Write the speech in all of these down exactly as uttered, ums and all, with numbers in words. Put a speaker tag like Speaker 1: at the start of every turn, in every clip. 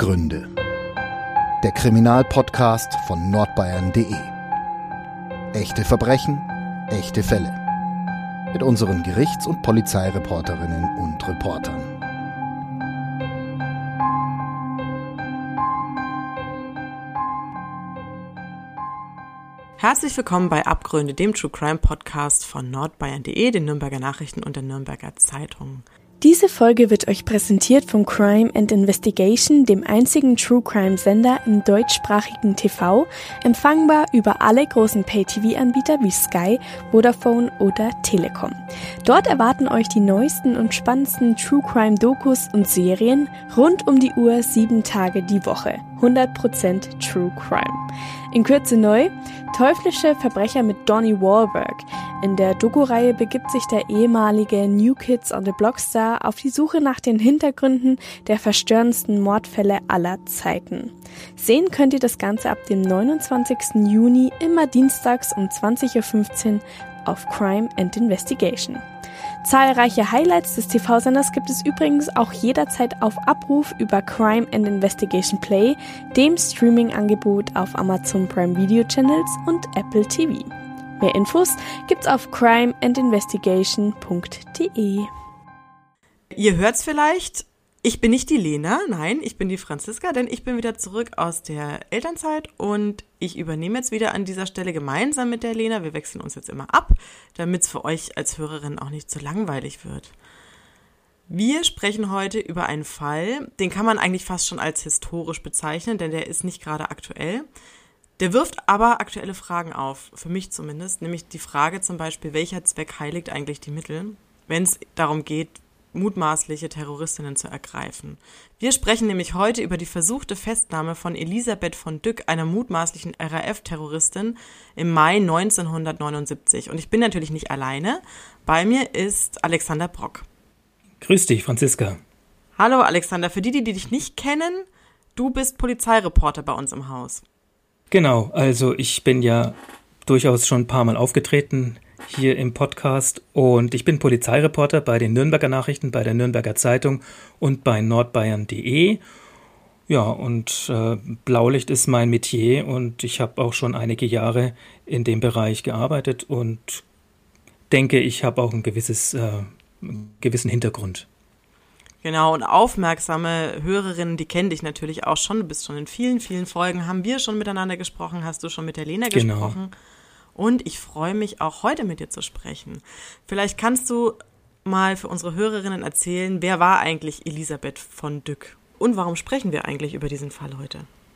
Speaker 1: Abgründe. Der Kriminalpodcast von nordbayern punkt de. Echte Verbrechen, echte Fälle. Mit unseren Gerichts- und Polizeireporterinnen und Reportern.
Speaker 2: Herzlich willkommen bei Abgründe, dem True Crime Podcast von nordbayern punkt de, den Nürnberger Nachrichten und der Nürnberger Zeitung.
Speaker 3: Diese Folge wird euch präsentiert von Crime and Investigation, dem einzigen True Crime Sender im deutschsprachigen T V, empfangbar über alle großen Pay-T V-Anbieter wie Sky, Vodafone oder Telekom. Dort erwarten euch die neuesten und spannendsten True Crime Dokus und Serien rund um die Uhr, sieben Tage die Woche. hundert Prozent True Crime. In Kürze neu: Teuflische Verbrecher mit Donnie Wahlberg. In der Doku-Reihe begibt sich der ehemalige New Kids on the Block-Star auf die Suche nach den Hintergründen der verstörendsten Mordfälle aller Zeiten. Sehen könnt ihr das Ganze ab dem neunundzwanzigsten Juni immer dienstags um zwanzig Uhr fünfzehn auf Crime and Investigation. Zahlreiche Highlights des T V-Senders gibt es übrigens auch jederzeit auf Abruf über Crime and Investigation Play, dem Streaming-Angebot auf Amazon Prime Video Channels und Apple T V. Mehr Infos gibt's auf crime and investigation punkt de.
Speaker 2: Ihr hört's vielleicht, ich bin nicht die Lena, nein, ich bin die Franziska, denn ich bin wieder zurück aus der Elternzeit und ich übernehme jetzt wieder an dieser Stelle gemeinsam mit der Lena. Wir wechseln uns jetzt immer ab, damit es für euch als Hörerin auch nicht zu langweilig wird. Wir sprechen heute über einen Fall, den kann man eigentlich fast schon als historisch bezeichnen, denn der ist nicht gerade aktuell. Der wirft aber aktuelle Fragen auf, für mich zumindest, nämlich die Frage zum Beispiel, welcher Zweck heiligt eigentlich die Mittel, wenn es darum geht, mutmaßliche Terroristinnen zu ergreifen. Wir sprechen nämlich heute über die versuchte Festnahme von Elisabeth von Dyck, einer mutmaßlichen R A F-Terroristin, im Mai neunzehnhundertneunundsiebzig. Und ich bin natürlich nicht alleine. Bei mir ist Alexander Brock.
Speaker 4: Grüß dich, Franziska.
Speaker 2: Hallo Alexander, für die, die dich nicht kennen, du bist Polizeireporter bei uns im Haus.
Speaker 4: Genau, also ich bin ja durchaus schon ein paar Mal aufgetreten hier im Podcast und ich bin Polizeireporter bei den Nürnberger Nachrichten, bei der Nürnberger Zeitung und bei nordbayern punkt de. Ja, und äh, Blaulicht ist mein Metier und ich habe auch schon einige Jahre in dem Bereich gearbeitet und denke, ich habe auch ein gewisses, äh, einen gewissen Hintergrund.
Speaker 2: Genau, und aufmerksame Hörerinnen, die kennen dich natürlich auch schon. Du bist schon in vielen, vielen Folgen, haben wir schon miteinander gesprochen, hast du schon mit der Lena
Speaker 4: Genau.
Speaker 2: gesprochen. Und ich freue mich auch heute mit dir zu sprechen. Vielleicht kannst du mal für unsere Hörerinnen erzählen, wer war eigentlich Elisabeth von Dyck? Und warum sprechen wir eigentlich über diesen Fall heute?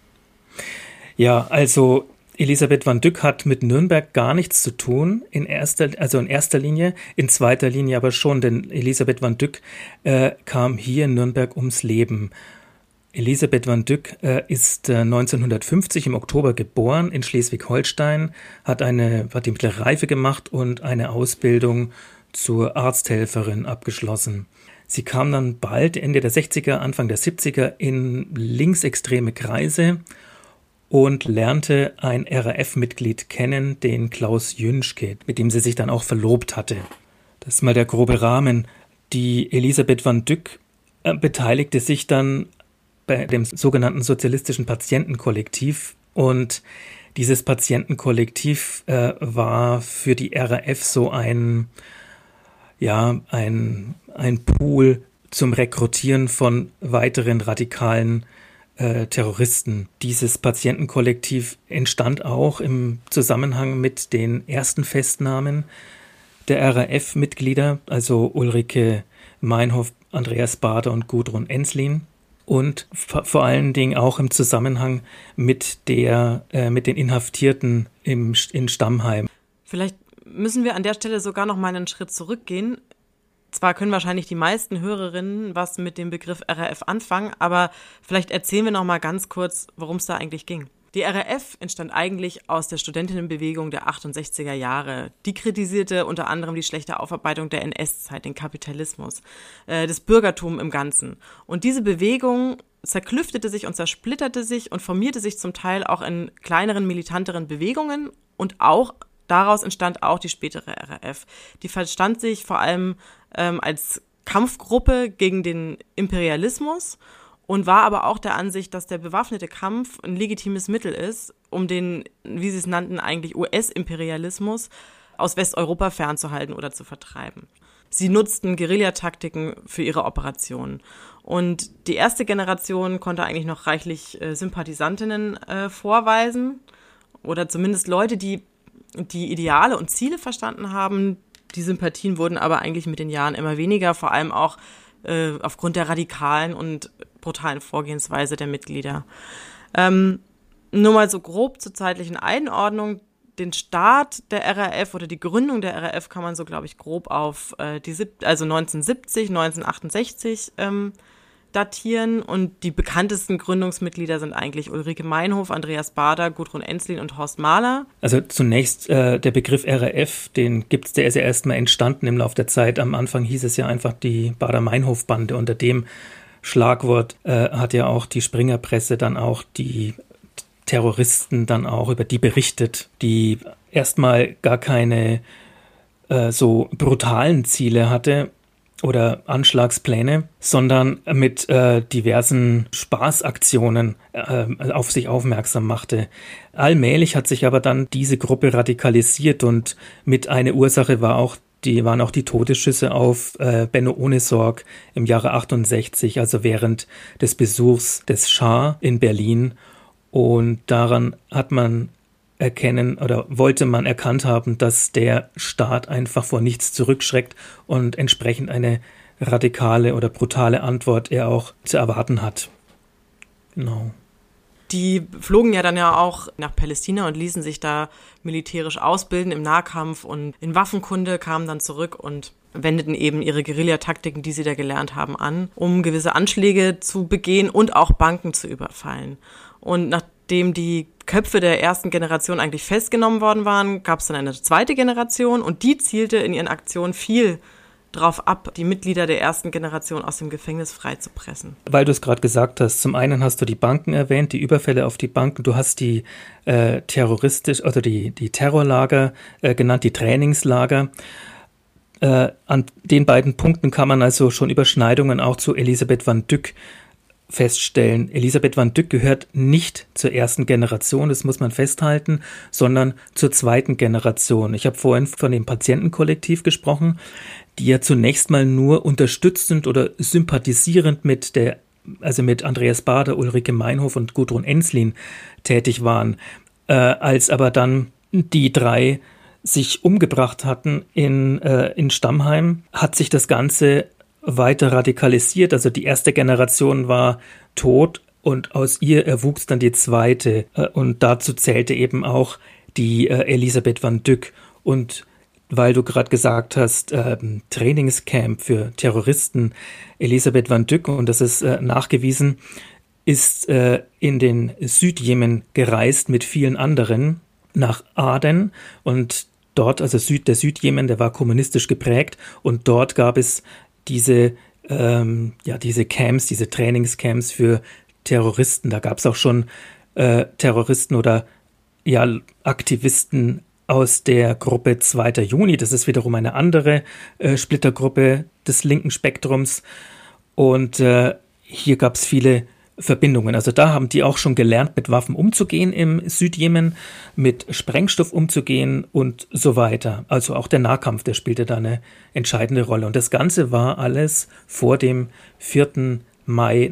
Speaker 4: Ja, also Elisabeth von Dyck hat mit Nürnberg gar nichts zu tun, in erster, also in erster Linie, in zweiter Linie aber schon, denn Elisabeth von Dyck äh, kam hier in Nürnberg ums Leben. Elisabeth von Dyck äh, ist äh, neunzehnhundertfünfzig im Oktober geboren in Schleswig-Holstein, hat eine hat die mittlere Reife gemacht und eine Ausbildung zur Arzthelferin abgeschlossen. Sie kam dann bald Ende der sechziger, Anfang der siebziger in linksextreme Kreise und lernte ein R A F-Mitglied kennen, den Klaus Jünschke, mit dem sie sich dann auch verlobt hatte. Das ist mal der grobe Rahmen. Die Elisabeth von Dyck äh, beteiligte sich dann bei dem sogenannten sozialistischen Patientenkollektiv und dieses Patientenkollektiv äh, war für die R A F so ein, ja, ein, ein Pool zum Rekrutieren von weiteren radikalen äh, Terroristen. Dieses Patientenkollektiv entstand auch im Zusammenhang mit den ersten Festnahmen der R A F-Mitglieder, also Ulrike Meinhof, Andreas Bader und Gudrun Enslin. Und vor allen Dingen auch im Zusammenhang mit der äh, mit den Inhaftierten im in Stammheim.
Speaker 2: Vielleicht müssen wir an der Stelle sogar noch mal einen Schritt zurückgehen. Zwar können wahrscheinlich die meisten Hörerinnen was mit dem Begriff R A F anfangen, aber vielleicht erzählen wir noch mal ganz kurz, worum es da eigentlich ging. Die R A F entstand eigentlich aus der Studentinnenbewegung der achtundsechziger Jahre. Die kritisierte unter anderem die schlechte Aufarbeitung der N S-Zeit, den Kapitalismus, äh, das Bürgertum im Ganzen. Und diese Bewegung zerklüftete sich und zersplitterte sich und formierte sich zum Teil auch in kleineren, militanteren Bewegungen und auch daraus entstand auch die spätere R A F. Die verstand sich vor allem ähm, als Kampfgruppe gegen den Imperialismus und war aber auch der Ansicht, dass der bewaffnete Kampf ein legitimes Mittel ist, um den, wie sie es nannten, eigentlich U S-Imperialismus aus Westeuropa fernzuhalten oder zu vertreiben. Sie nutzten Guerillataktiken für ihre Operationen. Und die erste Generation konnte eigentlich noch reichlich äh, Sympathisantinnen äh, vorweisen oder zumindest Leute, die die Ideale und Ziele verstanden haben. Die Sympathien wurden aber eigentlich mit den Jahren immer weniger, vor allem auch äh, aufgrund der radikalen und brutalen Vorgehensweise der Mitglieder. Ähm, nur mal so grob zur zeitlichen Einordnung. Den Start der R A F oder die Gründung der R A F kann man so, glaube ich, grob auf äh, die also neunzehnhundertsiebzig, neunzehnhundertachtundsechzig ähm, datieren. Und die bekanntesten Gründungsmitglieder sind eigentlich Ulrike Meinhof, Andreas Baader, Gudrun Ensslin und Horst Mahler.
Speaker 4: Also zunächst äh, der Begriff R A F, den gibt's, der ist ja erstmal entstanden im Laufe der Zeit. Am Anfang hieß es ja einfach die Baader-Meinhof-Bande. Unter dem Schlagwort äh, hat ja auch die Springerpresse dann auch die Terroristen dann auch über die berichtet, die erstmal gar keine äh, so brutalen Ziele hatte oder Anschlagspläne, sondern mit äh, diversen Spaßaktionen äh, auf sich aufmerksam machte. Allmählich hat sich aber dann diese Gruppe radikalisiert und mit einer Ursache war auch die waren auch die Todesschüsse auf äh, Benno Ohnesorg im Jahre achtundsechzig, also während des Besuchs des Schah in Berlin. Und daran hat man erkennen oder wollte man erkannt haben, dass der Staat einfach vor nichts zurückschreckt und entsprechend eine radikale oder brutale Antwort er auch zu erwarten hat. Genau.
Speaker 2: Die flogen ja dann ja auch nach Palästina und ließen sich da militärisch ausbilden im Nahkampf und in Waffenkunde, kamen dann zurück und wendeten eben ihre Guerillataktiken, die sie da gelernt haben, an, um gewisse Anschläge zu begehen und auch Banken zu überfallen. Und nachdem die Köpfe der ersten Generation eigentlich festgenommen worden waren, gab es dann eine zweite Generation und die zielte in ihren Aktionen viel drauf ab, die Mitglieder der ersten Generation aus dem Gefängnis freizupressen.
Speaker 4: Weil du es gerade gesagt hast, zum einen hast du die Banken erwähnt, die Überfälle auf die Banken, du hast die äh, terroristisch, oder die, die Terrorlager äh, genannt, die Trainingslager. Äh, an den beiden Punkten kann man also schon Überschneidungen auch zu Elisabeth van Dyck feststellen. Elisabeth van Dyck gehört nicht zur ersten Generation, das muss man festhalten, sondern zur zweiten Generation. Ich habe vorhin von dem Patientenkollektiv gesprochen, die ja zunächst mal nur unterstützend oder sympathisierend mit der, also mit Andreas Baader, Ulrike Meinhof und Gudrun Ensslin tätig waren. Äh, als aber dann die drei sich umgebracht hatten in, äh, in Stammheim, hat sich das Ganze weiter radikalisiert. Also die erste Generation war tot und aus ihr erwuchs dann die zweite. Und dazu zählte eben auch die äh, Elisabeth van Dyck. Und weil du gerade gesagt hast, äh, Trainingscamp für Terroristen, Elisabeth van Dyck, und das ist äh, nachgewiesen, ist äh, in den Südjemen gereist mit vielen anderen nach Aden und dort, also Süd, der Südjemen, der war kommunistisch geprägt und dort gab es diese, ähm, ja, diese Camps, diese Trainingscamps für Terroristen. Da gab es auch schon äh, Terroristen oder ja, Aktivisten aus der Gruppe zweiter Juni. Das ist wiederum eine andere äh, Splittergruppe des linken Spektrums. Und äh, hier gab es viele Verbindungen. Also da haben die auch schon gelernt, mit Waffen umzugehen im Südjemen, mit Sprengstoff umzugehen und so weiter. Also auch der Nahkampf, der spielte da eine entscheidende Rolle. Und das Ganze war alles vor dem vierten Mai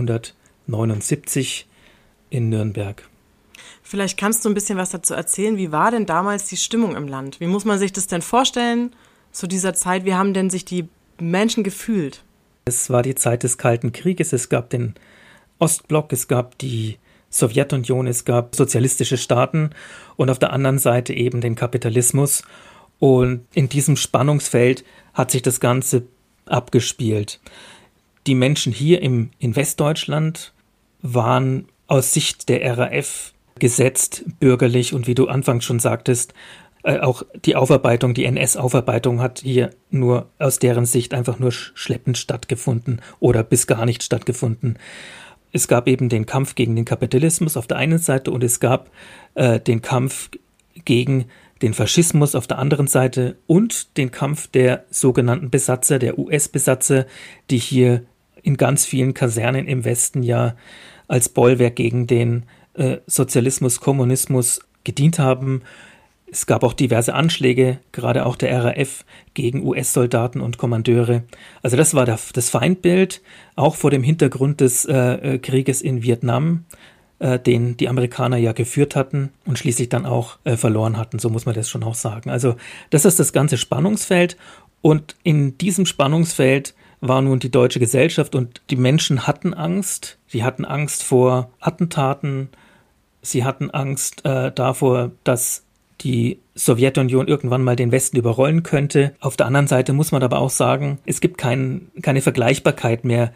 Speaker 4: neunzehnhundertneunundsiebzig in Nürnberg.
Speaker 2: Vielleicht kannst du ein bisschen was dazu erzählen. Wie war denn damals die Stimmung im Land? Wie muss man sich das denn vorstellen zu dieser Zeit? Wie haben denn sich die Menschen gefühlt?
Speaker 4: Es war die Zeit des Kalten Krieges. Es gab den Ostblock, es gab die Sowjetunion, es gab sozialistische Staaten und auf der anderen Seite eben den Kapitalismus. Und in diesem Spannungsfeld hat sich das Ganze abgespielt. Die Menschen hier im, in Westdeutschland waren aus Sicht der R A F gesetzt, bürgerlich und wie du anfangs schon sagtest, äh, auch die Aufarbeitung, die N S-Aufarbeitung hat hier nur aus deren Sicht einfach nur schleppend stattgefunden oder bis gar nicht stattgefunden. Es gab eben den Kampf gegen den Kapitalismus auf der einen Seite und es gab äh, den Kampf gegen den Faschismus auf der anderen Seite und den Kampf der sogenannten Besatzer, der U S-Besatzer, die hier in ganz vielen Kasernen im Westen ja als Bollwerk gegen den äh, Sozialismus, Kommunismus gedient haben. Es gab auch diverse Anschläge, gerade auch der R A F, gegen U S-Soldaten und Kommandeure. Also das war der, das Feindbild, auch vor dem Hintergrund des äh, Krieges in Vietnam, äh, den die Amerikaner ja geführt hatten und schließlich dann auch äh, verloren hatten, so muss man das schon auch sagen. Also das ist das ganze Spannungsfeld, und in diesem Spannungsfeld war nun die deutsche Gesellschaft, und die Menschen hatten Angst. Sie hatten Angst vor Attentaten, sie hatten Angst äh, davor, dass die Sowjetunion irgendwann mal den Westen überrollen könnte. Auf der anderen Seite muss man aber auch sagen, es gibt kein, keine Vergleichbarkeit mehr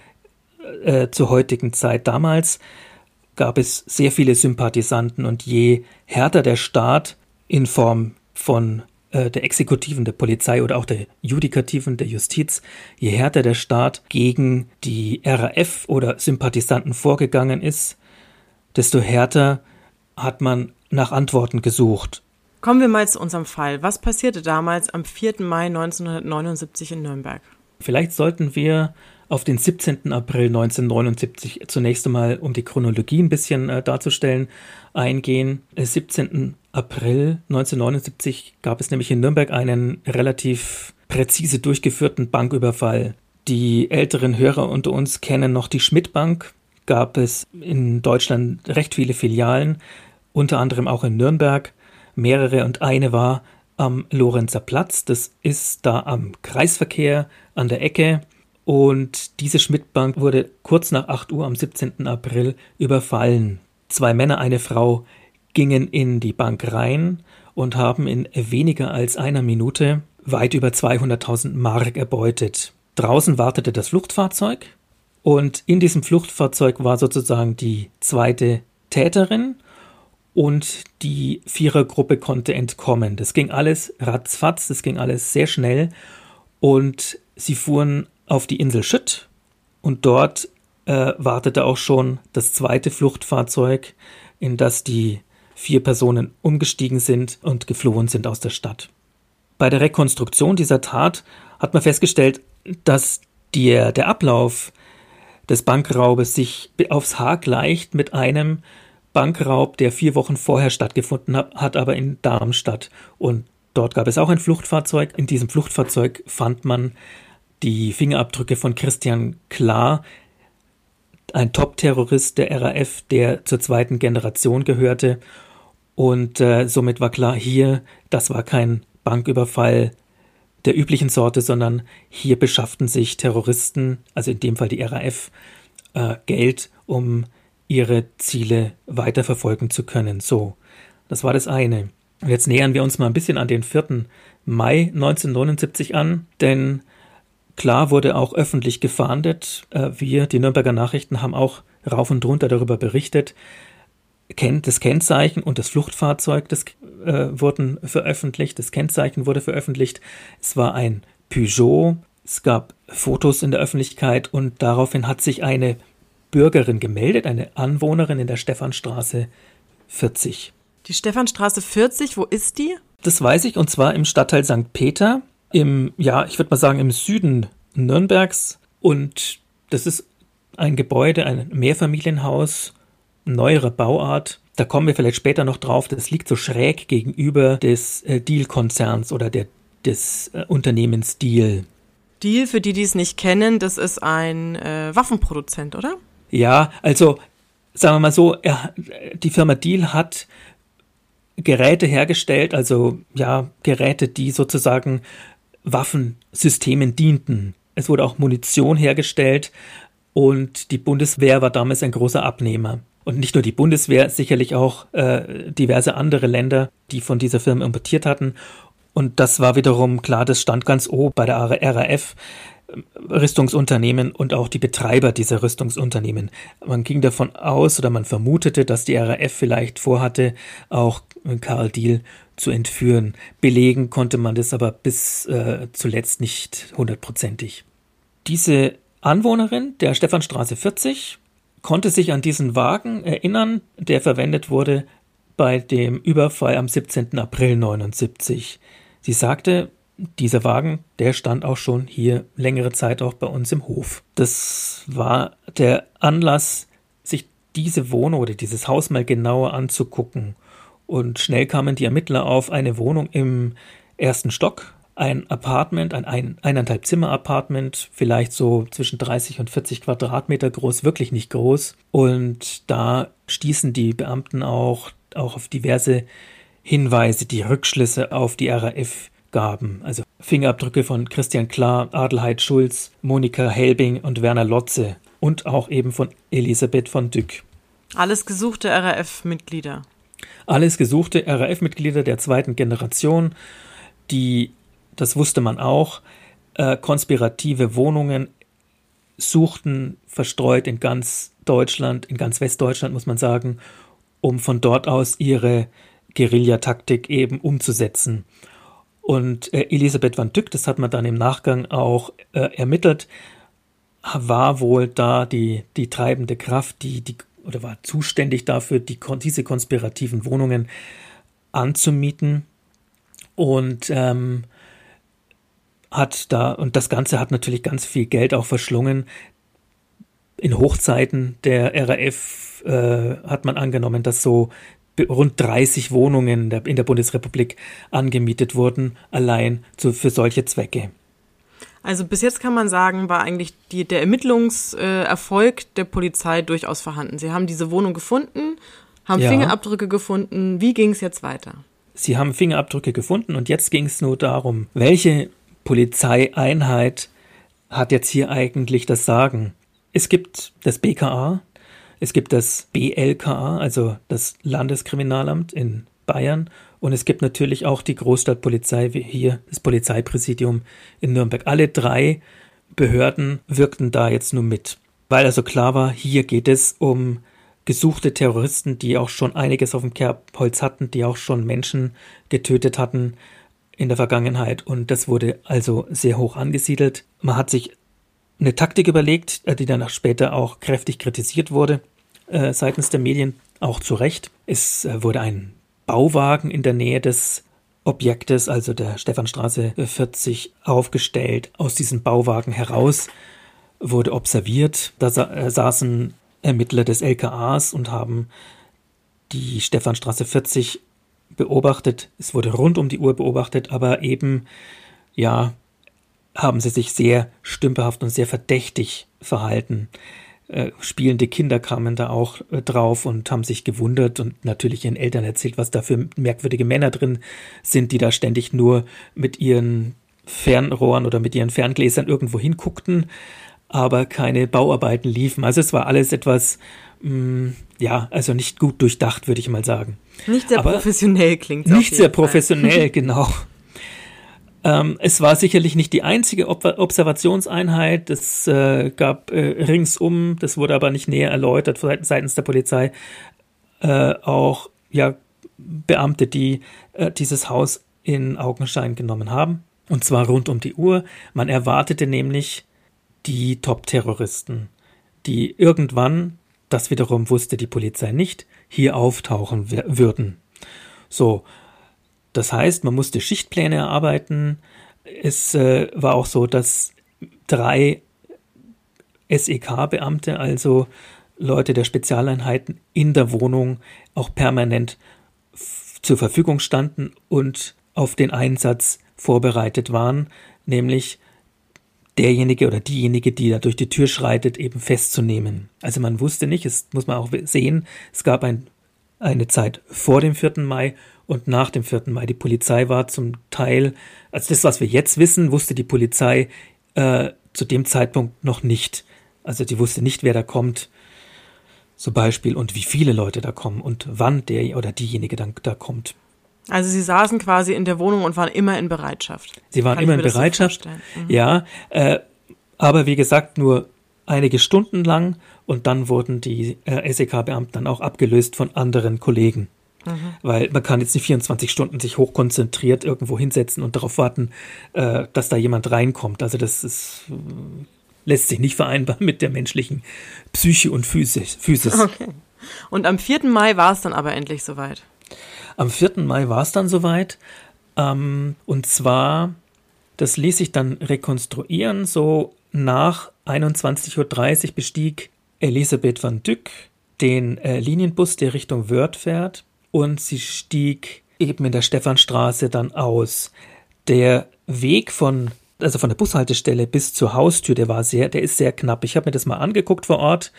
Speaker 4: äh, zur heutigen Zeit. Damals gab es sehr viele Sympathisanten, und je härter der Staat in Form von äh, der Exekutiven, der Polizei oder auch der Judikativen, der Justiz, je härter der Staat gegen die R A F oder Sympathisanten vorgegangen ist, desto härter hat man nach Antworten gesucht.
Speaker 2: Kommen wir mal zu unserem Fall. Was passierte damals am vierten Mai neunzehnhundertneunundsiebzig in Nürnberg?
Speaker 4: Vielleicht sollten wir auf den siebzehnten April neunzehnhundertneunundsiebzig zunächst einmal, um die Chronologie ein bisschen äh, darzustellen, eingehen. Am siebzehnten April neunzehnhundertneunundsiebzig gab es nämlich in Nürnberg einen relativ präzise durchgeführten Banküberfall. Die älteren Hörer unter uns kennen noch die Schmidt-Bank. Gab es in Deutschland recht viele Filialen, unter anderem auch in Nürnberg. Mehrere, und eine war am Lorenzer Platz. Das ist da am Kreisverkehr an der Ecke. Und diese Schmidt-Bank wurde kurz nach acht Uhr am siebzehnten April überfallen. Zwei Männer, eine Frau gingen in die Bank rein und haben in weniger als einer Minute weit über zweihunderttausend Mark erbeutet. Draußen wartete das Fluchtfahrzeug, und in diesem Fluchtfahrzeug war sozusagen die zweite Täterin, und die Vierergruppe konnte entkommen. Das ging alles ratzfatz, das ging alles sehr schnell, und sie fuhren auf die Insel Schütt, und dort äh, wartete auch schon das zweite Fluchtfahrzeug, in das die vier Personen umgestiegen sind und geflohen sind aus der Stadt. Bei der Rekonstruktion dieser Tat hat man festgestellt, dass der, der Ablauf des Bankraubes sich aufs Haar gleicht mit einem Bankraub, der vier Wochen vorher stattgefunden hat, hat aber in Darmstadt. Und dort gab es auch ein Fluchtfahrzeug. In diesem Fluchtfahrzeug fand man die Fingerabdrücke von Christian Klar, ein Top-Terrorist der R A F, der zur zweiten Generation gehörte. Und äh, somit war klar, hier, das war kein Banküberfall der üblichen Sorte, sondern hier beschafften sich Terroristen, also in dem Fall die R A F, äh, Geld, um ihre Ziele weiterverfolgen zu können. So, das war das eine. Und jetzt nähern wir uns mal ein bisschen an den vierten Mai neunzehnhundertneunundsiebzig an, denn klar wurde auch öffentlich gefahndet. Wir, die Nürnberger Nachrichten, haben auch rauf und runter darüber berichtet. Das Kennzeichen und das Fluchtfahrzeug, das äh, wurden veröffentlicht. Das Kennzeichen wurde veröffentlicht. Es war ein Peugeot. Es gab Fotos in der Öffentlichkeit, und daraufhin hat sich eine Bürgerin gemeldet, eine Anwohnerin in der Stephanstraße vierzig.
Speaker 2: Die Stephanstraße vierzig, wo ist die?
Speaker 4: Das weiß ich, und zwar im Stadtteil Sankt Peter, im, ja, ich würde mal sagen, im Süden Nürnbergs. Und das ist ein Gebäude, ein Mehrfamilienhaus, neuerer Bauart. Da kommen wir vielleicht später noch drauf. Das liegt so schräg gegenüber des äh, Diehl-Konzerns oder der, des äh, Unternehmens Diehl.
Speaker 2: Diehl, für die, die es nicht kennen, das ist ein äh, Waffenproduzent, oder?
Speaker 4: Ja, also sagen wir mal so, er, die Firma Diehl hat Geräte hergestellt, also ja, Geräte, die sozusagen Waffensystemen dienten. Es wurde auch Munition hergestellt, und die Bundeswehr war damals ein großer Abnehmer. Und nicht nur die Bundeswehr, sicherlich auch äh, diverse andere Länder, die von dieser Firma importiert hatten. Und das war wiederum klar, das stand ganz oben bei der R A F, Rüstungsunternehmen und auch die Betreiber dieser Rüstungsunternehmen. Man ging davon aus oder man vermutete, dass die R A F vielleicht vorhatte, auch Karl Diehl zu entführen. Belegen konnte man das aber bis äh, zuletzt nicht hundertprozentig. Diese Anwohnerin der Stephanstraße vierzig konnte sich an diesen Wagen erinnern, der verwendet wurde bei dem Überfall am siebzehnten April neunundsiebzig. Sie sagte, dieser Wagen, der stand auch schon hier längere Zeit auch bei uns im Hof. Das war der Anlass, sich diese Wohnung oder dieses Haus mal genauer anzugucken. Und schnell kamen die Ermittler auf eine Wohnung im ersten Stock, ein Apartment, ein, ein eineinhalb Zimmer-Apartment, vielleicht so zwischen dreißig und vierzig Quadratmeter groß, wirklich nicht groß. Und da stießen die Beamten auch, auch auf diverse Hinweise, die Rückschlüsse auf die R A F gaben. Also Fingerabdrücke von Christian Klar, Adelheid Schulz, Monika Helbing und Werner Lotze und auch eben von Elisabeth von Dyck.
Speaker 2: Alles gesuchte R A F-Mitglieder.
Speaker 4: Alles gesuchte R A F-Mitglieder der zweiten Generation, die, das wusste man auch, äh, konspirative Wohnungen suchten, verstreut in ganz Deutschland, in ganz Westdeutschland muss man sagen, um von dort aus ihre Guerillataktik eben umzusetzen. Und äh, Elisabeth van Dyck, das hat man dann im Nachgang auch äh, ermittelt, war wohl da die, die treibende Kraft, die, die oder war zuständig dafür, die, diese konspirativen Wohnungen anzumieten und ähm, hat da, und das Ganze hat natürlich ganz viel Geld auch verschlungen. In Hochzeiten der R A F äh, hat man angenommen, dass so rund dreißig Wohnungen der, in der Bundesrepublik angemietet wurden, allein zu, für solche Zwecke.
Speaker 2: Also bis jetzt kann man sagen, war eigentlich die, der Ermittlungserfolg äh, der Polizei durchaus vorhanden. Sie haben diese Wohnung gefunden, haben ja. Fingerabdrücke gefunden. Wie ging es jetzt weiter?
Speaker 4: Sie haben Fingerabdrücke gefunden und jetzt ging es nur darum, welche Polizeieinheit hat jetzt hier eigentlich das Sagen? Es gibt das B K A, es gibt das B L K A, also das Landeskriminalamt in Bayern, und es gibt natürlich auch die Großstadtpolizei, wie hier das Polizeipräsidium in Nürnberg. Alle drei Behörden wirkten da jetzt nur mit, weil also klar war, hier geht es um gesuchte Terroristen, die auch schon einiges auf dem Kerbholz hatten, die auch schon Menschen getötet hatten in der Vergangenheit, und das wurde also sehr hoch angesiedelt. Man hat sich eine Taktik überlegt, die danach später auch kräftig kritisiert wurde, äh, seitens der Medien, auch zu Recht. Es äh, wurde ein Bauwagen in der Nähe des Objektes, also der Stephanstraße vierzig, aufgestellt. Aus diesem Bauwagen heraus wurde observiert. Da sa- äh, saßen Ermittler des L K As und haben die Stephanstraße vierzig beobachtet. Es wurde rund um die Uhr beobachtet, aber eben, ja, haben sie sich sehr stümperhaft und sehr verdächtig verhalten. Äh, spielende Kinder kamen da auch äh, drauf und haben sich gewundert und natürlich ihren Eltern erzählt, was da für merkwürdige Männer drin sind, die da ständig nur mit ihren Fernrohren oder mit ihren Ferngläsern irgendwo hinguckten, aber keine Bauarbeiten liefen. Also es war alles etwas, mh, ja, also nicht gut durchdacht, würde ich mal sagen.
Speaker 2: Nicht sehr
Speaker 4: aber
Speaker 2: professionell klingt es.
Speaker 4: Nicht sehr professionell, genau. Ähm, es war sicherlich nicht die einzige Ob- Observationseinheit. Es äh, gab äh, ringsum, das wurde aber nicht näher erläutert seitens der Polizei, äh, auch ja, Beamte, die äh, dieses Haus in Augenschein genommen haben. Und zwar rund um die Uhr. Man erwartete nämlich die Top-Terroristen, die irgendwann, das wiederum wusste die Polizei nicht, hier auftauchen w- würden. So, das heißt, man musste Schichtpläne erarbeiten. Es äh, war auch so, dass drei S E K-Beamte, also Leute der Spezialeinheiten, in der Wohnung auch permanent f- zur Verfügung standen und auf den Einsatz vorbereitet waren, nämlich derjenige oder diejenige, die da durch die Tür schreitet, eben festzunehmen. Also man wusste nicht, es muss man auch sehen, es gab ein, eine Zeit vor dem vierten Mai und nach dem vierten Mai. Die Polizei war zum Teil, also das, was wir jetzt wissen, wusste die Polizei äh, zu dem Zeitpunkt noch nicht. Also die wusste nicht, wer da kommt, zum Beispiel, und wie viele Leute da kommen und wann der oder diejenige dann da kommt.
Speaker 2: Also sie saßen quasi in der Wohnung und waren immer in Bereitschaft.
Speaker 4: Sie waren
Speaker 2: Kann
Speaker 4: immer
Speaker 2: ich
Speaker 4: in
Speaker 2: mir das so
Speaker 4: Bereitschaft,
Speaker 2: vorstellen? Mhm.
Speaker 4: ja, äh, aber wie gesagt, nur einige Stunden lang, und dann wurden die äh, S E K-Beamten dann auch abgelöst von anderen Kollegen. Mhm. Weil man kann jetzt nicht vierundzwanzig Stunden sich hochkonzentriert irgendwo hinsetzen und darauf warten, äh, dass da jemand reinkommt. Also das ist, äh, lässt sich nicht vereinbaren mit der menschlichen Psyche und Physis. Physis.
Speaker 2: Okay. Und am vierten Mai war es dann aber endlich soweit.
Speaker 4: Am vierten Mai war es dann soweit, ähm, und zwar Das ließ sich dann rekonstruieren. So nach einundzwanzig Uhr dreißig bestieg Elisabeth van Dyck den äh, Linienbus, der Richtung Wörth fährt, und sie stieg eben in der Stephanstraße dann aus. Der Weg von, also von der Bushaltestelle bis zur Haustür, der war sehr, der ist sehr knapp. Ich habe mir das mal angeguckt vor Ort.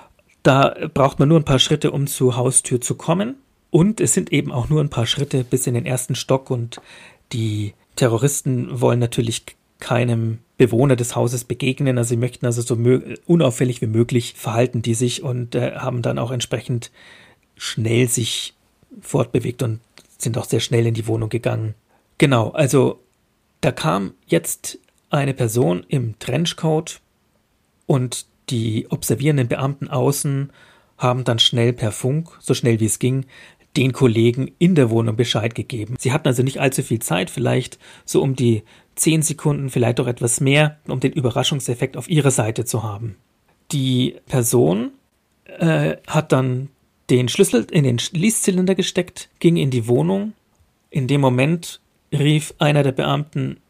Speaker 4: Da braucht man nur ein paar Schritte, um zur Haustür zu kommen. Und es sind eben auch nur ein paar Schritte bis in den ersten Stock. Und die Terroristen wollen natürlich keinem Bewohner des Hauses begegnen. Also sie möchten also so mö- unauffällig wie möglich verhalten die sich und äh, haben dann auch entsprechend schnell sich fortbewegt und sind auch sehr schnell in die Wohnung gegangen. Genau, also da kam jetzt eine Person im Trenchcoat und die observierenden Beamten außen haben dann schnell per Funk, so schnell wie es ging, den Kollegen in der Wohnung Bescheid gegeben. Sie hatten also nicht allzu viel Zeit, vielleicht so um die zehn Sekunden, vielleicht auch etwas mehr, um den Überraschungseffekt auf ihrer Seite zu haben. Die Person äh, hat dann den Schlüssel in den Schließzylinder gesteckt, ging in die Wohnung. In dem Moment rief einer der Beamten: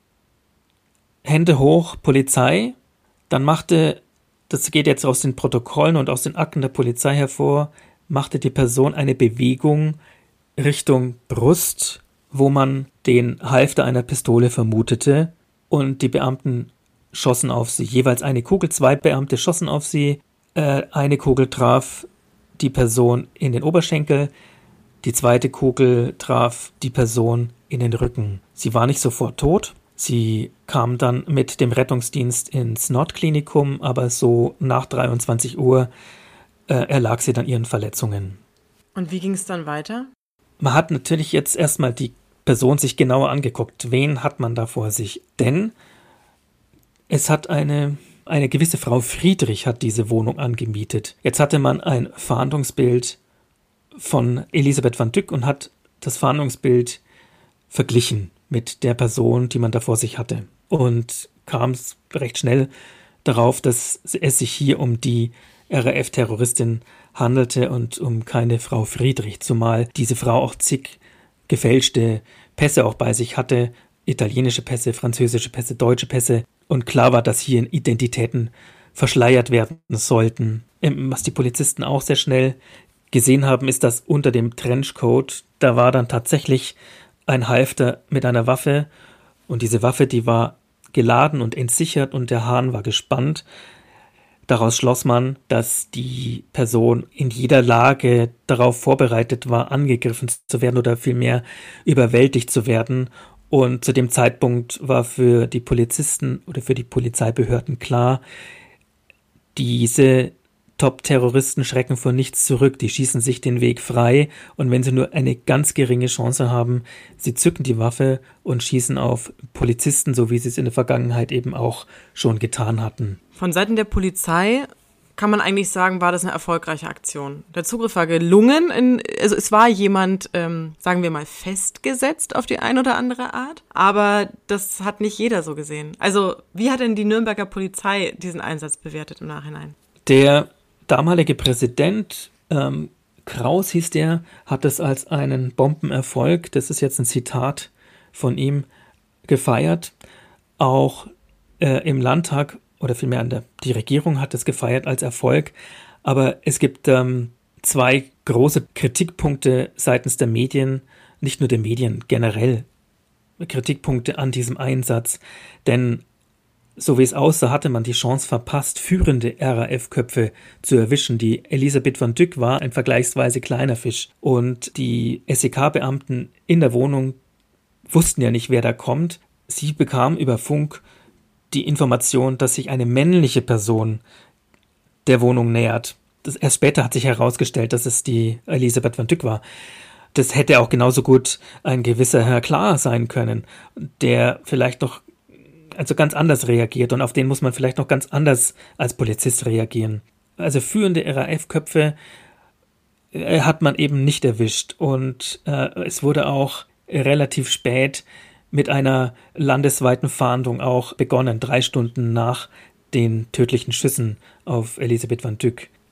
Speaker 4: Hände hoch, Polizei. Dann machte, das geht jetzt aus den Protokollen und aus den Akten der Polizei hervor, machte die Person eine Bewegung Richtung Brust, wo man den Halfter einer Pistole vermutete, und die Beamten schossen auf sie. Jeweils eine Kugel, zwei Beamte schossen auf sie. Äh, eine Kugel traf die Person in den Oberschenkel, die zweite Kugel traf die Person in den Rücken. Sie war nicht sofort tot. Sie kam dann mit dem Rettungsdienst ins Nordklinikum, aber so nach dreiundzwanzig Uhr äh, erlag sie dann ihren Verletzungen.
Speaker 2: Und wie ging es dann weiter?
Speaker 4: Man hat natürlich jetzt erstmal die Person sich genauer angeguckt. Wen hat man da vor sich? Denn es hat eine, eine gewisse Frau Friedrich hat diese Wohnung angemietet. Jetzt hatte man ein Fahndungsbild von Elisabeth van Dyck und hat das Fahndungsbild verglichen mit der Person, die man da vor sich hatte. Und kam recht schnell darauf, dass es sich hier um die R A F-Terroristin handelte und um keine Frau Friedrich, zumal diese Frau auch zig gefälschte Pässe auch bei sich hatte, italienische Pässe, französische Pässe, deutsche Pässe, und klar war, dass hier Identitäten verschleiert werden sollten. Was die Polizisten auch sehr schnell gesehen haben, ist, dass unter dem Trenchcoat, da war dann tatsächlich ein Halfter mit einer Waffe, und diese Waffe, die war geladen und entsichert und der Hahn war gespannt. Daraus schloss man, dass die Person in jeder Lage darauf vorbereitet war, angegriffen zu werden oder vielmehr überwältigt zu werden. Und zu dem Zeitpunkt war für die Polizisten oder für die Polizeibehörden klar, diese Top-Terroristen schrecken vor nichts zurück, die schießen sich den Weg frei, und wenn sie nur eine ganz geringe Chance haben, sie zücken die Waffe und schießen auf Polizisten, so wie sie es in der Vergangenheit eben auch schon getan hatten.
Speaker 2: Von Seiten der Polizei kann man eigentlich sagen, war das eine erfolgreiche Aktion. Der Zugriff war gelungen, in, also es war jemand, ähm, sagen wir mal, festgesetzt auf die ein oder andere Art, aber das hat nicht jeder so gesehen. Also wie hat denn die Nürnberger Polizei diesen Einsatz bewertet im Nachhinein?
Speaker 4: Der damalige Präsident, ähm, Kraus hieß der, hat es als einen Bombenerfolg, das ist jetzt ein Zitat von ihm, gefeiert. Auch äh, im Landtag oder vielmehr an der, die Regierung hat es gefeiert als Erfolg. Aber es gibt ähm, zwei große Kritikpunkte seitens der Medien, nicht nur der Medien, generell Kritikpunkte an diesem Einsatz. Denn so wie es aussah, hatte man die Chance verpasst, führende R A F-Köpfe zu erwischen. Die Elisabeth van Dyck war ein vergleichsweise kleiner Fisch. Und die S E K-Beamten in der Wohnung wussten ja nicht, wer da kommt. Sie bekam über Funk die Information, dass sich eine männliche Person der Wohnung nähert. Das, erst später hat sich herausgestellt, dass es die Elisabeth van Dyck war. Das hätte auch genauso gut ein gewisser Herr Klar sein können, der vielleicht noch also ganz anders reagiert, und auf den muss man vielleicht noch ganz anders als Polizist reagieren. Also führende R A F-Köpfe äh, hat man eben nicht erwischt, und äh, es wurde auch relativ spät mit einer landesweiten Fahndung auch begonnen, drei Stunden nach den tödlichen Schüssen auf Elisabeth van Dyck.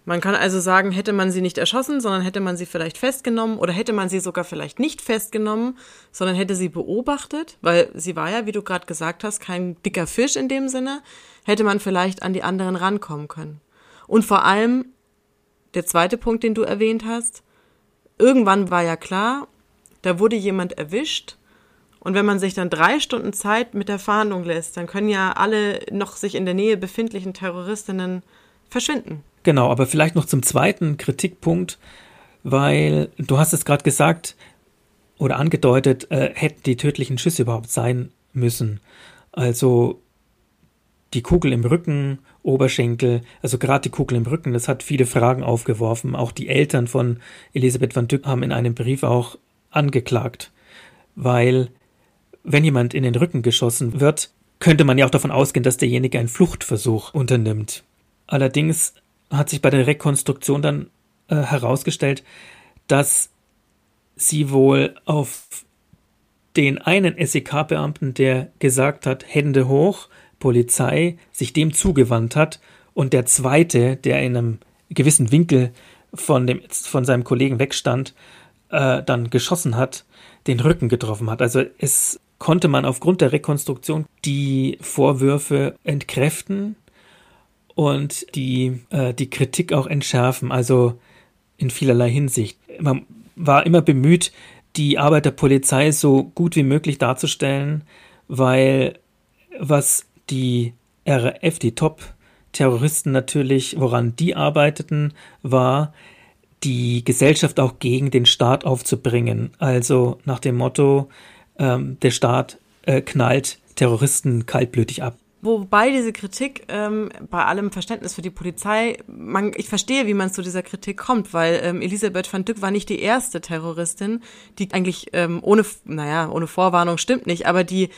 Speaker 2: Man kann also sagen, hätte man sie nicht erschossen, sondern hätte man sie vielleicht festgenommen oder hätte man sie sogar vielleicht nicht festgenommen, sondern hätte sie beobachtet, weil sie war ja, wie du gerade gesagt hast, kein dicker Fisch in dem Sinne, hätte man vielleicht an die anderen rankommen können. Und vor allem, der zweite Punkt, den du erwähnt hast, irgendwann war ja klar, da wurde jemand erwischt und wenn man sich dann drei Stunden Zeit mit der Fahndung lässt, dann können ja alle noch sich in der Nähe befindlichen Terroristinnen verschwinden.
Speaker 4: Genau, aber vielleicht noch zum zweiten Kritikpunkt, weil du hast es gerade gesagt oder angedeutet, äh, hätten die tödlichen Schüsse überhaupt sein müssen. Also die Kugel im Rücken, Oberschenkel, also gerade die Kugel im Rücken, das hat viele Fragen aufgeworfen. Auch die Eltern von Elisabeth van Dyck haben in einem Brief auch angeklagt, weil wenn jemand in den Rücken geschossen wird, könnte man ja auch davon ausgehen, dass derjenige einen Fluchtversuch unternimmt. Allerdings hat sich bei der Rekonstruktion dann äh, herausgestellt, dass sie wohl auf den einen S E K-Beamten, der gesagt hat, Hände hoch, Polizei, sich dem zugewandt hat und der zweite, der in einem gewissen Winkel von, dem, von seinem Kollegen wegstand, äh, dann geschossen hat, den Rücken getroffen hat. Also es konnte man aufgrund der Rekonstruktion die Vorwürfe entkräften und die, äh, die Kritik auch entschärfen, also in vielerlei Hinsicht. Man war immer bemüht, die Arbeit der Polizei so gut wie möglich darzustellen, weil was die R A F, die Top-Terroristen natürlich, woran die arbeiteten, war, die Gesellschaft auch gegen den Staat aufzubringen. Also nach dem Motto, ähm, der Staat äh, knallt Terroristen kaltblütig ab.
Speaker 2: Wobei diese Kritik, ähm, bei allem Verständnis für die Polizei, man, ich verstehe, wie man zu dieser Kritik kommt, weil ähm, Elisabeth van Dyck war nicht die erste Terroristin, die eigentlich ähm, ohne, naja, ohne Vorwarnung stimmt nicht, aber die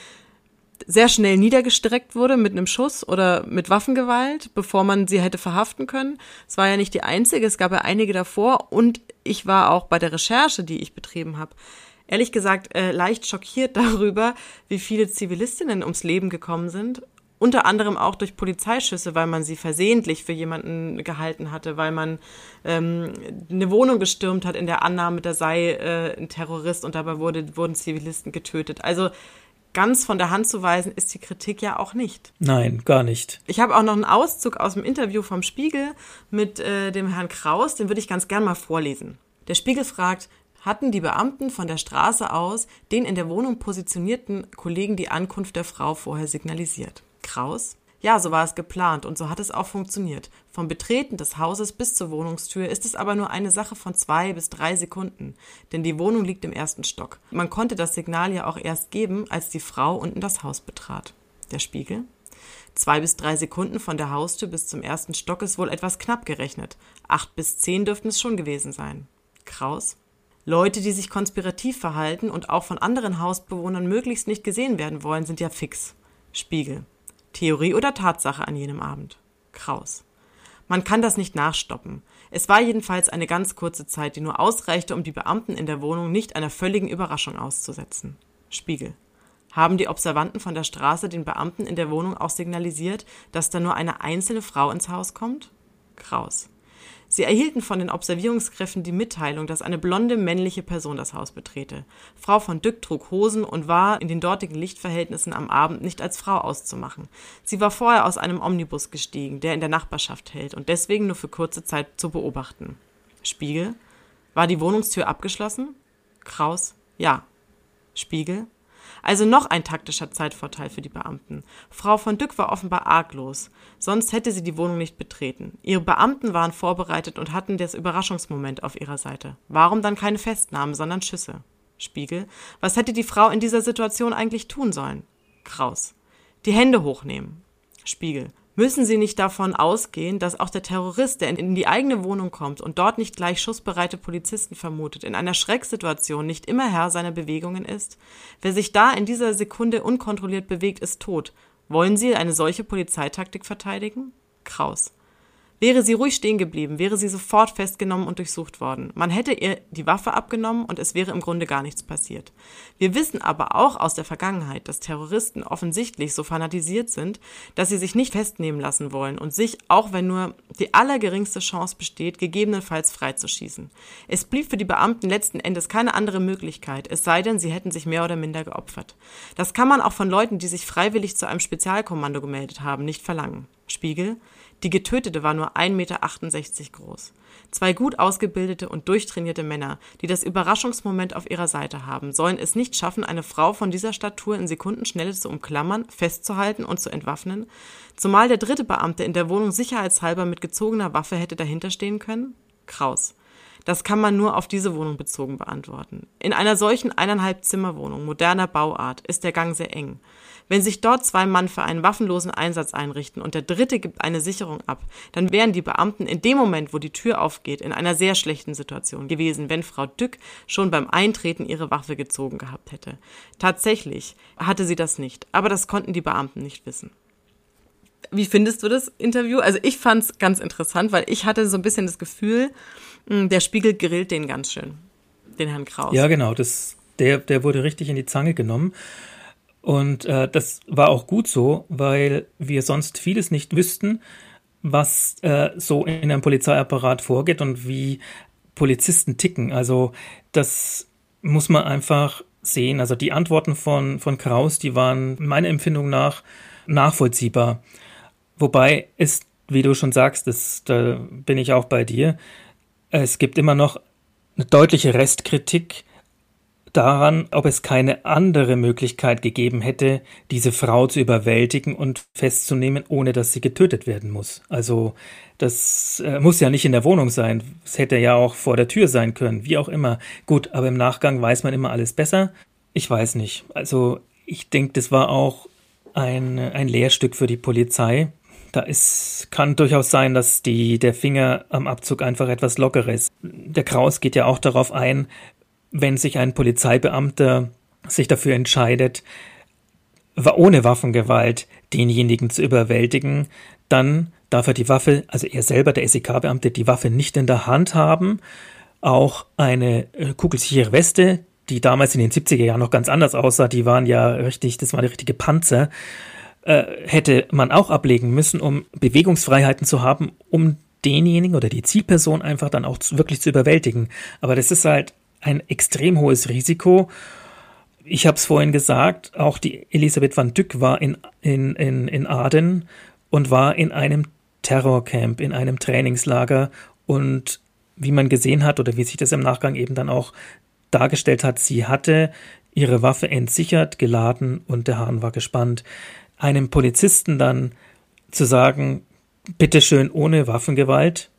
Speaker 2: sehr schnell niedergestreckt wurde mit einem Schuss oder mit Waffengewalt, bevor man sie hätte verhaften können. Es war ja nicht die einzige, es gab ja einige davor und ich war auch bei der Recherche, die ich betrieben habe, ehrlich gesagt äh, leicht schockiert darüber, wie viele Zivilistinnen ums Leben gekommen sind. Unter anderem auch durch Polizeischüsse, weil man sie versehentlich für jemanden gehalten hatte, weil man ähm, eine Wohnung gestürmt hat in der Annahme, da sei äh, ein Terrorist und dabei wurde, wurden Zivilisten getötet. Also ganz von der Hand zu weisen ist die Kritik ja auch nicht.
Speaker 4: Nein, gar nicht.
Speaker 2: Ich habe auch noch einen Auszug aus dem Interview vom Spiegel mit äh, dem Herrn Kraus, den würde ich ganz gern mal vorlesen. Der Spiegel fragt, hatten die Beamten von der Straße aus den in der Wohnung positionierten Kollegen die Ankunft der Frau vorher signalisiert? Kraus? Ja, so war es geplant und so hat es auch funktioniert. Vom Betreten des Hauses bis zur Wohnungstür ist es aber nur eine Sache von zwei bis drei Sekunden, denn die Wohnung liegt im ersten Stock. Man konnte das Signal ja auch erst geben, als die Frau unten das Haus betrat. Der Spiegel? Zwei bis drei Sekunden von der Haustür bis zum ersten Stock ist wohl etwas knapp gerechnet. Acht bis zehn dürften es schon gewesen sein. Kraus? Leute, die sich konspirativ verhalten und auch von anderen Hausbewohnern möglichst nicht gesehen werden wollen, sind ja fix. Spiegel. Theorie oder Tatsache an jenem Abend? Kraus. Man kann das nicht nachstoppen. Es war jedenfalls eine ganz kurze Zeit, die nur ausreichte, um die Beamten in der Wohnung nicht einer völligen Überraschung auszusetzen. Spiegel. Haben die Observanten von der Straße den Beamten in der Wohnung auch signalisiert, dass da nur eine einzelne Frau ins Haus kommt? Kraus. Sie erhielten von den Observierungskräften die Mitteilung, dass eine blonde männliche Person das Haus betrete. Frau von Dyck trug Hosen und war in den dortigen Lichtverhältnissen am Abend nicht als Frau auszumachen. Sie war vorher aus einem Omnibus gestiegen, der in der Nachbarschaft hält und deswegen nur für kurze Zeit zu beobachten. Spiegel. War die Wohnungstür abgeschlossen? Kraus. Ja. Spiegel. Also noch ein taktischer Zeitvorteil für die Beamten. Frau von Dyck war offenbar arglos, sonst hätte sie die Wohnung nicht betreten. Ihre Beamten waren vorbereitet und hatten das Überraschungsmoment auf ihrer Seite. Warum dann keine Festnahme, sondern Schüsse? Spiegel. Was hätte die Frau in dieser Situation eigentlich tun sollen? Kraus. Die Hände hochnehmen. Spiegel. Müssen Sie nicht davon ausgehen, dass auch der Terrorist, der in die eigene Wohnung kommt und dort nicht gleich schussbereite Polizisten vermutet, in einer Schrecksituation nicht immer Herr seiner Bewegungen ist? Wer sich da in dieser Sekunde unkontrolliert bewegt, ist tot. Wollen Sie eine solche Polizeitaktik verteidigen? Kraus. Wäre sie ruhig stehen geblieben, wäre sie sofort festgenommen und durchsucht worden. Man hätte ihr die Waffe abgenommen und es wäre im Grunde gar nichts passiert. Wir wissen aber auch aus der Vergangenheit, dass Terroristen offensichtlich so fanatisiert sind, dass sie sich nicht festnehmen lassen wollen und sich, auch wenn nur die allergeringste Chance besteht, gegebenenfalls freizuschießen. Es blieb für die Beamten letzten Endes keine andere Möglichkeit, es sei denn, sie hätten sich mehr oder minder geopfert. Das kann man auch von Leuten, die sich freiwillig zu einem Spezialkommando gemeldet haben, nicht verlangen. Spiegel: Die Getötete war nur ein Meter achtundsechzig groß. Zwei gut ausgebildete und durchtrainierte Männer, die das Überraschungsmoment auf ihrer Seite haben, sollen es nicht schaffen, eine Frau von dieser Statur in Sekundenschnelle zu umklammern, festzuhalten und zu entwaffnen, zumal der dritte Beamte in der Wohnung sicherheitshalber mit gezogener Waffe hätte dahinterstehen können? Kraus. Das kann man nur auf diese Wohnung bezogen beantworten. In einer solchen eineinhalb Zimmerwohnung moderner Bauart ist der Gang sehr eng. Wenn sich dort zwei Mann für einen waffenlosen Einsatz einrichten und der dritte gibt eine Sicherung ab, dann wären die Beamten in dem Moment, wo die Tür aufgeht, in einer sehr schlechten Situation gewesen, wenn Frau Dück schon beim Eintreten ihre Waffe gezogen gehabt hätte. Tatsächlich hatte sie das nicht, aber das konnten die Beamten nicht wissen. Wie findest du das Interview? Also ich fand es ganz interessant, weil ich hatte so ein bisschen das Gefühl, der Spiegel grillt den ganz schön, den Herrn Kraus.
Speaker 4: Ja, genau, das, der, der wurde richtig in die Zange genommen. Und äh, das war auch gut so, weil wir sonst vieles nicht wüssten, was äh, so in einem Polizeiapparat vorgeht und wie Polizisten ticken. Also das muss man einfach sehen. Also die Antworten von, von Kraus, die waren meiner Empfindung nach nachvollziehbar. Wobei es, wie du schon sagst, das, da bin ich auch bei dir, es gibt immer noch eine deutliche Restkritik daran, ob es keine andere Möglichkeit gegeben hätte, diese Frau zu überwältigen und festzunehmen, ohne dass sie getötet werden muss. Also das äh, muss ja nicht in der Wohnung sein. Es hätte ja auch vor der Tür sein können, wie auch immer. Gut, aber im Nachgang weiß man immer alles besser. Ich weiß nicht. Also ich denke, das war auch ein, ein Lehrstück für die Polizei. Da ist, kann durchaus sein, dass die, der Finger am Abzug einfach etwas lockerer ist. Der Kraus geht ja auch darauf ein, wenn sich ein Polizeibeamter sich dafür entscheidet, ohne Waffengewalt denjenigen zu überwältigen, dann darf er die Waffe, also er selber, der S E K-Beamte, die Waffe nicht in der Hand haben. Auch eine kugelsichere Weste, die damals in den siebziger Jahren noch ganz anders aussah, die waren ja richtig, das waren richtige Panzer, äh, hätte man auch ablegen müssen, um Bewegungsfreiheiten zu haben, um denjenigen oder die Zielperson einfach dann auch zu, wirklich zu überwältigen. Aber das ist halt ein extrem hohes Risiko. Ich habe es vorhin gesagt, auch die Elisabeth van Dyck war in, in, in, in Aden und war in einem Terrorcamp, in einem Trainingslager. Und wie man gesehen hat oder wie sich das im Nachgang eben dann auch dargestellt hat, sie hatte ihre Waffe entsichert, geladen und der Hahn war gespannt. Einem Polizisten dann zu sagen, bitteschön ohne Waffengewalt,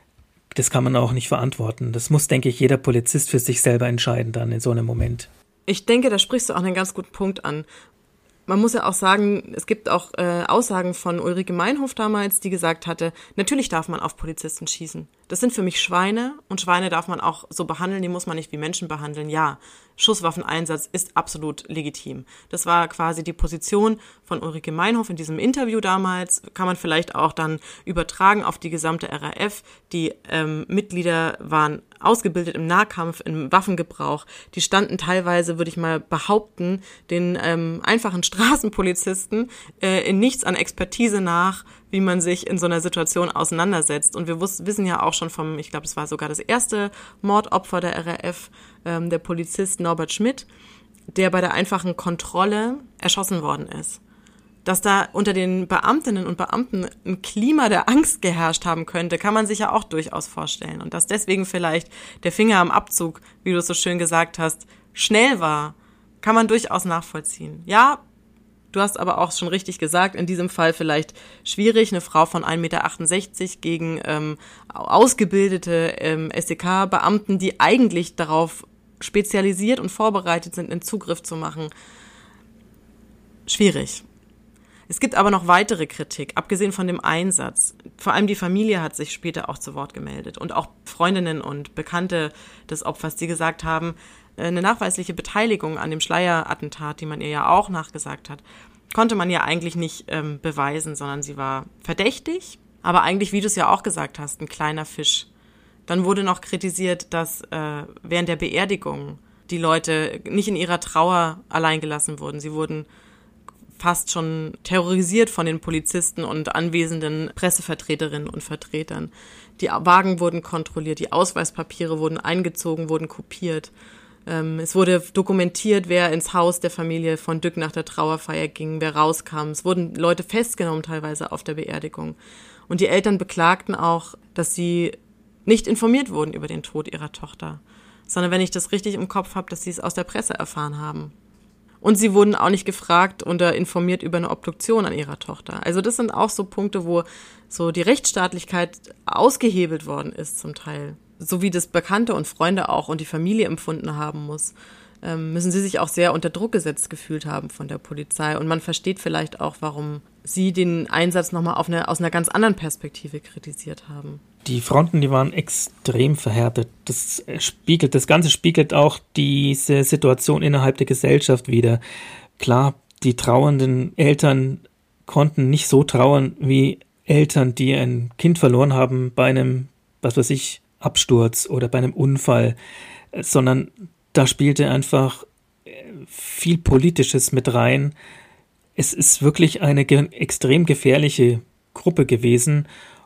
Speaker 4: das kann man auch nicht verantworten. Das muss, denke ich, jeder Polizist für sich selber entscheiden dann in so einem Moment.
Speaker 2: Ich denke, da sprichst du auch einen ganz guten Punkt an. Man muss ja auch sagen, es gibt auch äh, Aussagen von Ulrike Meinhof damals, die gesagt hatte, natürlich darf man auf Polizisten schießen. Das sind für mich Schweine und Schweine darf man auch so behandeln, die muss man nicht wie Menschen behandeln. Ja, Schusswaffeneinsatz ist absolut legitim. Das war quasi die Position von Ulrike Meinhof in diesem Interview damals. Kann man vielleicht auch dann übertragen auf die gesamte R A F. Die ähm, Mitglieder waren ausgebildet im Nahkampf, im Waffengebrauch. Die standen teilweise, würde ich mal behaupten, den ähm, einfachen Straßenpolizisten äh, in nichts an Expertise nach, wie man sich in so einer Situation auseinandersetzt. Und wir wus- wissen ja auch schon vom, ich glaube, es war sogar das erste Mordopfer der R A F, ähm, der Polizist Norbert Schmidt, der bei der einfachen Kontrolle erschossen worden ist. Dass da unter den Beamtinnen und Beamten ein Klima der Angst geherrscht haben könnte, kann man sich ja auch durchaus vorstellen. Und dass deswegen vielleicht der Finger am Abzug, wie du es so schön gesagt hast, schnell war, kann man durchaus nachvollziehen. Ja, du hast aber auch schon richtig gesagt, in diesem Fall vielleicht schwierig, eine Frau von ein Meter achtundsechzig gegen ähm, ausgebildete ähm, S E K-Beamten, die eigentlich darauf spezialisiert und vorbereitet sind, einen Zugriff zu machen. Schwierig. Es gibt aber noch weitere Kritik, abgesehen von dem Einsatz. Vor allem die Familie hat sich später auch zu Wort gemeldet und auch Freundinnen und Bekannte des Opfers, die gesagt haben, eine nachweisliche Beteiligung an dem Schleierattentat, die man ihr ja auch nachgesagt hat, konnte man ja eigentlich nicht ähm, beweisen, sondern sie war verdächtig, Aber eigentlich, wie du es ja auch gesagt hast, ein kleiner Fisch. Dann wurde noch kritisiert, dass äh, während der Beerdigung die Leute nicht in ihrer Trauer allein gelassen wurden. Sie wurden fast schon terrorisiert von den Polizisten und anwesenden Pressevertreterinnen und Vertretern. Die Wagen wurden kontrolliert, die Ausweispapiere wurden eingezogen, wurden kopiert. Ähm, es wurde dokumentiert, wer ins Haus der Familie von Dyck nach der Trauerfeier ging, wer rauskam. Es wurden Leute festgenommen teilweise auf der Beerdigung. Und die Eltern beklagten auch, dass sie nicht informiert wurden über den Tod ihrer Tochter, sondern, wenn ich das richtig im Kopf habe, dass sie es aus der Presse erfahren haben. Und sie wurden auch nicht gefragt oder informiert über eine Obduktion an ihrer Tochter. Also das sind auch so Punkte, wo so die Rechtsstaatlichkeit ausgehebelt worden ist zum Teil. So wie das Bekannte und Freunde auch und die Familie empfunden haben muss, ähm, müssen sie sich auch sehr unter Druck gesetzt gefühlt haben von der Polizei. Und man versteht vielleicht auch, warum sie den Einsatz nochmal auf eine, aus einer ganz anderen Perspektive kritisiert haben.
Speaker 4: Die Fronten, die waren extrem verhärtet. Das spiegelt, das Ganze spiegelt auch diese Situation innerhalb der Gesellschaft wider. Klar, die trauernden Eltern konnten nicht so trauern wie Eltern, die ein Kind verloren haben bei einem, was weiß ich, Absturz oder bei einem Unfall, sondern da spielte einfach viel Politisches mit rein. Es ist wirklich eine ge- extrem gefährliche Gruppe gewesen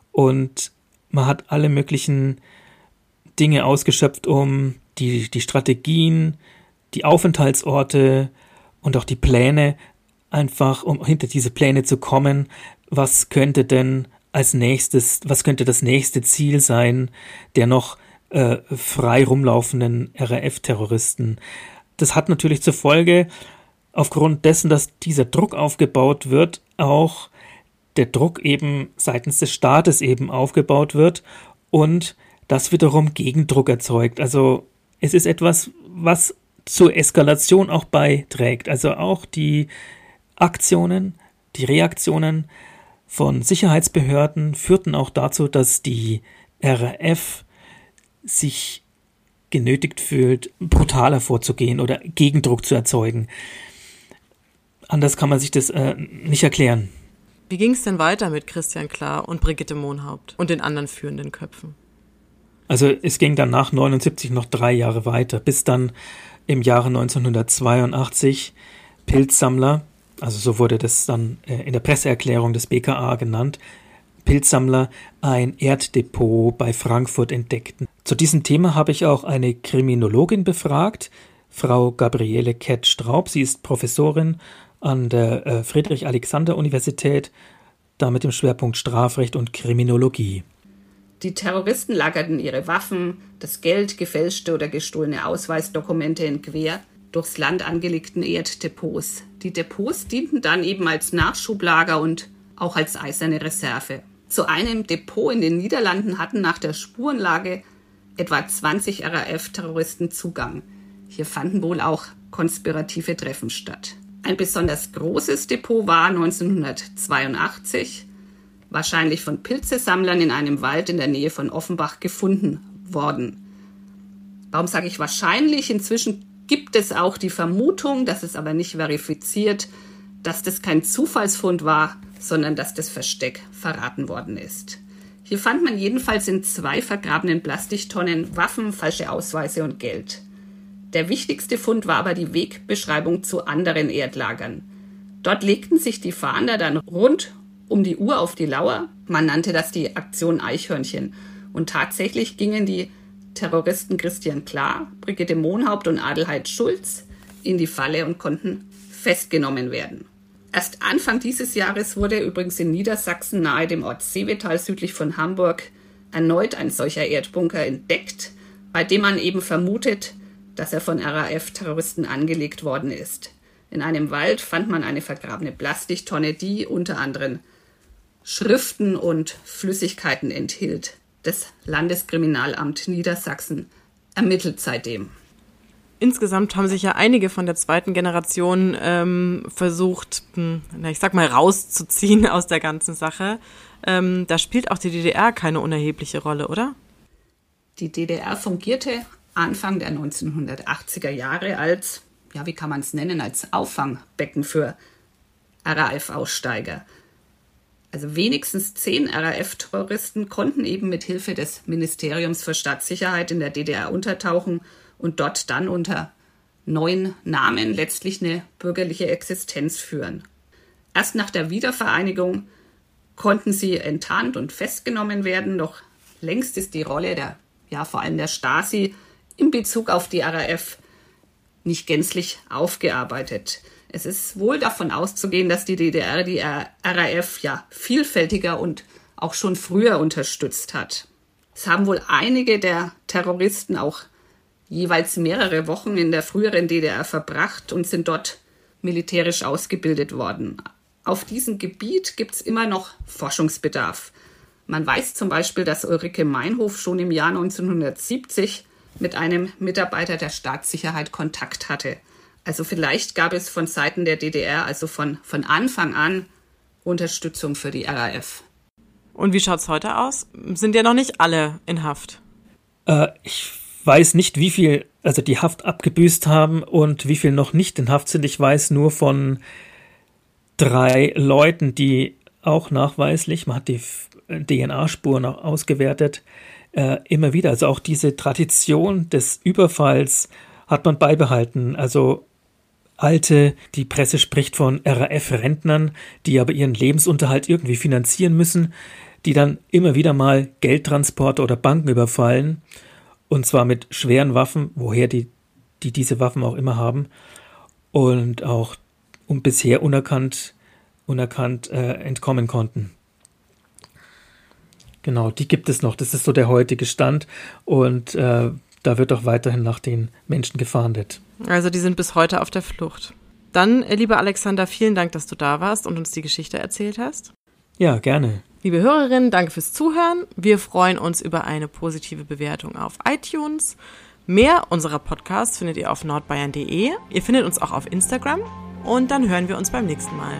Speaker 4: und man hat alle möglichen Dinge ausgeschöpft, um die, die Strategien, die Aufenthaltsorte und auch die Pläne, einfach um hinter diese Pläne zu kommen. Was könnte denn als nächstes, was könnte das nächste Ziel sein der noch äh, frei rumlaufenden R A F-Terroristen? Das hat natürlich zur Folge, aufgrund dessen, dass dieser Druck aufgebaut wird, auch der Druck eben seitens des Staates eben aufgebaut wird und das wiederum Gegendruck erzeugt. Also es ist etwas, was zur Eskalation auch beiträgt. Also auch die Aktionen, die Reaktionen von Sicherheitsbehörden führten auch dazu, dass die R A F sich genötigt fühlt, brutaler vorzugehen oder Gegendruck zu erzeugen. Anders kann man sich das äh, nicht erklären.
Speaker 2: Wie ging es denn weiter mit Christian Klar und Brigitte Mohnhaupt und den anderen führenden Köpfen?
Speaker 4: Also es ging dann nach neunundsiebzig noch drei Jahre weiter, bis dann im Jahre neunzehnhundertzweiundachtzig Pilzsammler, also so wurde das dann in der Presseerklärung des B K A genannt, Pilzsammler ein Erddepot bei Frankfurt entdeckten. Zu diesem Thema habe ich auch eine Kriminologin befragt, Frau Gabriele Kett-Straub. Sie ist Professorin an der Friedrich-Alexander-Universität, da mit dem Schwerpunkt Strafrecht und Kriminologie.
Speaker 5: Die Terroristen lagerten ihre Waffen, das Geld, gefälschte oder gestohlene Ausweisdokumente in quer durchs Land angelegten Erddepots. Die Depots dienten dann eben als Nachschublager und auch als eiserne Reserve. Zu einem Depot in den Niederlanden hatten nach der Spurenlage etwa zwanzig R A F-Terroristen Zugang. Hier fanden wohl auch konspirative Treffen statt. Ein besonders großes Depot war neunzehnhundertzweiundachtzig, wahrscheinlich von Pilzesammlern in einem Wald in der Nähe von Offenbach gefunden worden. Warum sage ich wahrscheinlich? Inzwischen gibt es auch die Vermutung, das ist aber nicht verifiziert, dass das kein Zufallsfund war, sondern dass das Versteck verraten worden ist. Hier fand man jedenfalls in zwei vergrabenen Plastiktonnen Waffen, falsche Ausweise und Geld. Der wichtigste Fund war aber die Wegbeschreibung zu anderen Erdlagern. Dort legten sich die Fahnder dann rund um die Uhr auf die Lauer. Man nannte das die Aktion Eichhörnchen. Und tatsächlich gingen die Terroristen Christian Klar, Brigitte Mohnhaupt und Adelheid Schulz in die Falle und konnten festgenommen werden. Erst Anfang dieses Jahres wurde übrigens in Niedersachsen nahe dem Ort Seevetal südlich von Hamburg erneut ein solcher Erdbunker entdeckt, bei dem man eben vermutet, dass er von R A F-Terroristen angelegt worden ist. In einem Wald fand man eine vergrabene Plastiktonne, die unter anderem Schriften und Flüssigkeiten enthielt. Das Landeskriminalamt Niedersachsen ermittelt seitdem.
Speaker 2: Insgesamt haben sich ja einige von der zweiten Generation ähm, versucht, hm, na, ich sag mal, rauszuziehen aus der ganzen Sache. Ähm, da spielt auch die D D R keine unerhebliche Rolle, oder?
Speaker 5: Die D D R fungierte Anfang der neunzehnhundertachtziger Jahre als, ja, wie kann man es nennen, als Auffangbecken für R A F-Aussteiger. Also wenigstens zehn R A F-Terroristen konnten eben mit Hilfe des Ministeriums für Staatssicherheit in der D D R untertauchen und dort dann unter neuen Namen letztlich eine bürgerliche Existenz führen. Erst nach der Wiedervereinigung konnten sie enttarnt und festgenommen werden, doch längst ist die Rolle der, ja vor allem der Stasi in Bezug auf die R A F nicht gänzlich aufgearbeitet. Es ist wohl davon auszugehen, dass die D D R die R A F ja vielfältiger und auch schon früher unterstützt hat. Es haben wohl einige der Terroristen auch jeweils mehrere Wochen in der früheren D D R verbracht und sind dort militärisch ausgebildet worden. Auf diesem Gebiet gibt es immer noch Forschungsbedarf. Man weiß zum Beispiel, dass Ulrike Meinhof schon im Jahr neunzehnhundertsiebzig mit einem Mitarbeiter der Staatssicherheit Kontakt hatte. Also vielleicht gab es von Seiten der D D R, also von, von Anfang an, Unterstützung für die R A F.
Speaker 2: Und wie schaut's heute aus? Sind ja noch nicht alle in Haft.
Speaker 4: Äh, ich weiß nicht, wie viel also die Haft abgebüßt haben und wie viel noch nicht in Haft sind. Ich weiß nur von drei Leuten, die auch nachweislich, man hat die D N A-Spuren auch ausgewertet, äh, immer wieder. Also auch diese Tradition des Überfalls hat man beibehalten. Also alte, die Presse spricht von R A F-Rentnern, die aber ihren Lebensunterhalt irgendwie finanzieren müssen, die dann immer wieder mal Geldtransporte oder Banken überfallen, und zwar mit schweren Waffen, woher die, die diese Waffen auch immer haben, und auch und bisher unerkannt, unerkannt äh, entkommen konnten. Genau, die gibt es noch. Das ist so der heutige Stand, und äh, da wird auch weiterhin nach den Menschen gefahndet.
Speaker 2: Also die sind bis heute auf der Flucht. Dann, lieber Alexander, vielen Dank, dass du da warst und uns die Geschichte erzählt hast.
Speaker 4: Ja, gerne.
Speaker 2: Liebe Hörerinnen, danke fürs Zuhören. Wir freuen uns über eine positive Bewertung auf iTunes. Mehr unserer Podcasts findet ihr auf nordbayern punkt de. Ihr findet uns auch auf Instagram. Und dann hören wir uns beim nächsten Mal.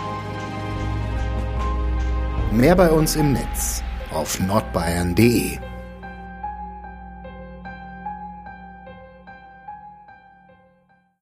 Speaker 1: Mehr bei uns im Netz auf nordbayern punkt de.